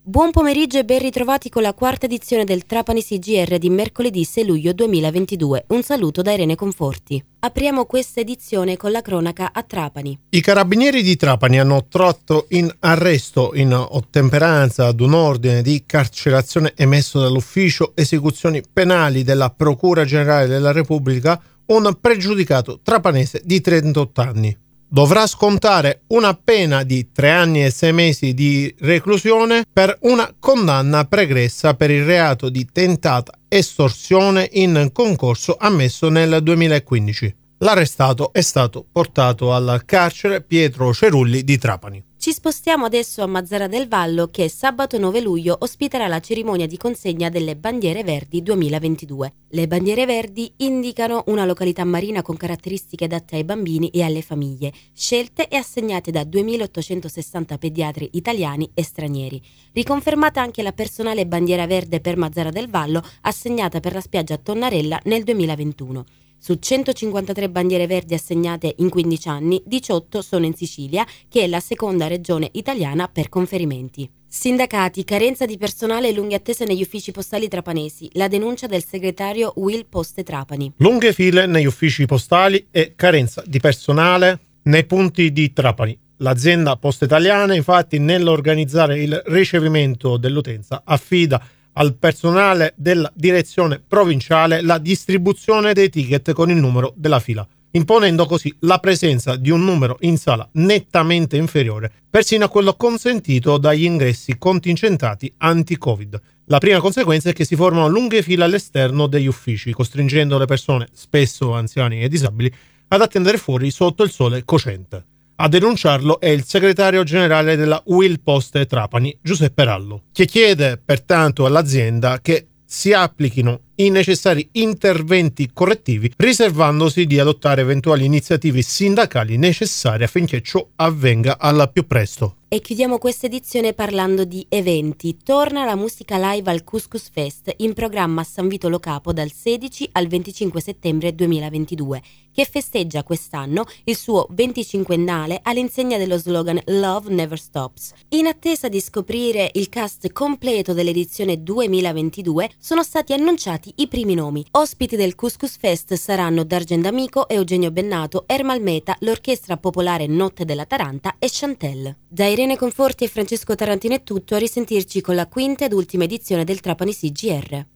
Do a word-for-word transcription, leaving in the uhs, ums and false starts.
Buon pomeriggio e ben ritrovati con la quarta edizione del Trapani C G R di mercoledì sei luglio duemilaventidue. Un saluto da Irene Conforti. Apriamo questa edizione con la cronaca a Trapani. I carabinieri di Trapani hanno tratto in arresto, in ottemperanza ad un ordine di carcerazione emesso dall'ufficio esecuzioni penali della Procura Generale della Repubblica, un pregiudicato trapanese di trentotto anni. Dovrà scontare una pena di tre anni e sei mesi di reclusione per una condanna pregressa per il reato di tentata estorsione in concorso ammesso nel duemilaquindici. L'arrestato è stato portato al carcere Pietro Cerulli di Trapani. Ci spostiamo adesso a Mazzara del Vallo, che sabato nove luglio ospiterà la cerimonia di consegna delle Bandiere Verdi duemilaventidue. Le Bandiere Verdi indicano una località marina con caratteristiche adatte ai bambini e alle famiglie, scelte e assegnate da duemilaottocentosessanta pediatri italiani e stranieri. Riconfermata anche la personale Bandiera Verde per Mazzara del Vallo, assegnata per la spiaggia Tonnarella nel duemilaventuno. Su centocinquantatré bandiere verdi assegnate in quindici anni, diciotto sono in Sicilia, che è la seconda regione italiana per conferimenti. Sindacati, carenza di personale e lunghe attese negli uffici postali trapanesi. La denuncia del segretario Will Poste Trapani. Lunghe file negli uffici postali e carenza di personale nei punti di Trapani. L'azienda Poste Italiane, infatti, nell'organizzare il ricevimento dell'utenza, affida al personale della direzione provinciale la distribuzione dei ticket con il numero della fila, imponendo così la presenza di un numero in sala nettamente inferiore, persino a quello consentito dagli ingressi contingentati anti-Covid. La prima conseguenza è che si formano lunghe file all'esterno degli uffici, costringendo le persone, spesso anziani e disabili, ad attendere fuori sotto il sole cocente. A denunciarlo è il segretario generale della Will Poste Trapani, Giuseppe Rallo, che chiede pertanto all'azienda che si applichino i necessari interventi correttivi, riservandosi di adottare eventuali iniziative sindacali necessarie affinché ciò avvenga al più presto. E chiudiamo questa edizione parlando di eventi. Torna la musica live al Couscous Fest, in programma a San Vito Lo Capo dal sedici al venticinque settembre duemilaventidue, che festeggia quest'anno il suo venticinquennale all'insegna dello slogan Love Never Stops. In attesa di scoprire il cast completo dell'edizione duemilaventidue, sono stati annunciati i primi nomi. Ospiti del Couscous Fest saranno D'Argent D'Amico, Eugenio Bennato, Ermal Meta, l'Orchestra Popolare Notte della Taranta e Chantelle. Da Irene Conforti e Francesco Tarantino è tutto, a risentirci con la quinta ed ultima edizione del Trapani C G R.